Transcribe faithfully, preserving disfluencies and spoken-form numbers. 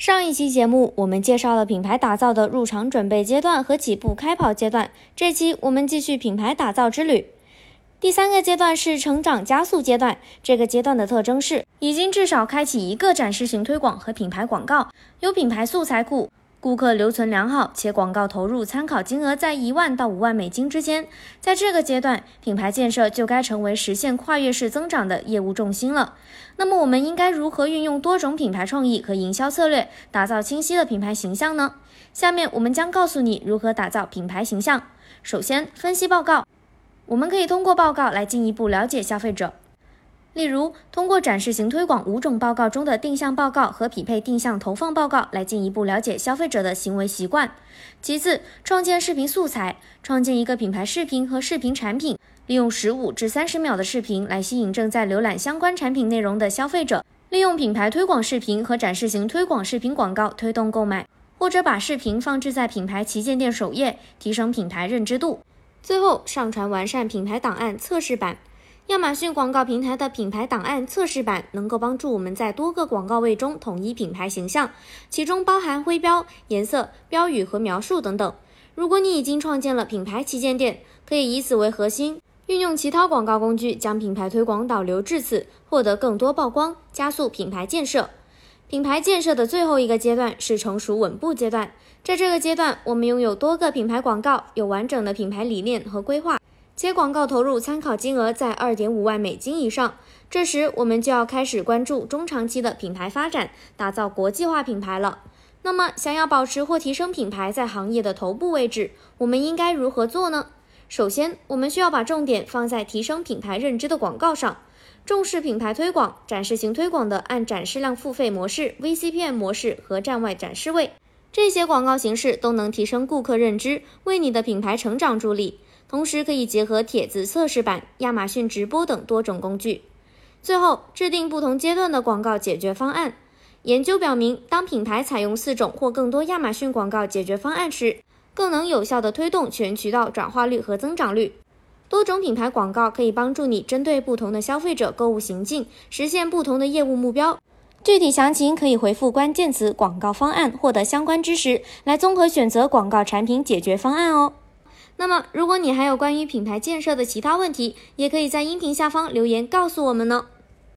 上一期节目我们介绍了品牌打造的入场准备阶段和起步开跑阶段，这期我们继续品牌打造之旅。第三个阶段是成长加速阶段，这个阶段的特征是已经至少开启一个展示型推广和品牌广告，有品牌素材库，顾客留存良好，且广告投入参考金额在一万到五万美金之间。在这个阶段，品牌建设就该成为实现跨越式增长的业务重心了。那么我们应该如何运用多种品牌创意和营销策略，打造清晰的品牌形象呢？下面我们将告诉你如何打造品牌形象。首先，分析报告。我们可以通过报告来进一步了解消费者。例如，通过展示型推广五种报告中的定向报告和匹配定向投放报告来进一步了解消费者的行为习惯。其次，创建视频素材，创建一个品牌视频和视频产品，利用十五至三十秒的视频来吸引正在浏览相关产品内容的消费者，利用品牌推广视频和展示型推广视频广告推动购买，或者把视频放置在品牌旗舰店首页，提升品牌认知度。最后，上传完善品牌档案测试版。亚马逊广告平台的品牌档案测试版能够帮助我们在多个广告位中统一品牌形象，其中包含徽标、颜色、标语和描述等等。如果你已经创建了品牌旗舰店，可以以此为核心，运用其他广告工具将品牌推广导流至此，获得更多曝光，加速品牌建设。品牌建设的最后一个阶段是成熟稳步阶段，在这个阶段，我们拥有多个品牌广告，有完整的品牌理念和规划，且广告投入参考金额在 二点五万美金以上。这时，我们就要开始关注中长期的品牌发展，打造国际化品牌了。那么，想要保持或提升品牌在行业的头部位置，我们应该如何做呢？首先，我们需要把重点放在提升品牌认知的广告上。重视品牌推广，展示型推广的按展示量付费模式、V C P M 模式和站外展示位，这些广告形式都能提升顾客认知，为你的品牌成长助力。同时可以结合帖子测试版、亚马逊直播等多种工具。最后，制定不同阶段的广告解决方案。研究表明，当品牌采用四种或更多亚马逊广告解决方案时，更能有效地推动全渠道转化率和增长率。多种品牌广告可以帮助你针对不同的消费者购物行径，实现不同的业务目标。具体详情可以回复关键词广告方案获得相关知识，来综合选择广告产品解决方案哦。那么，如果你还有关于品牌建设的其他问题，也可以在音频下方留言告诉我们呢。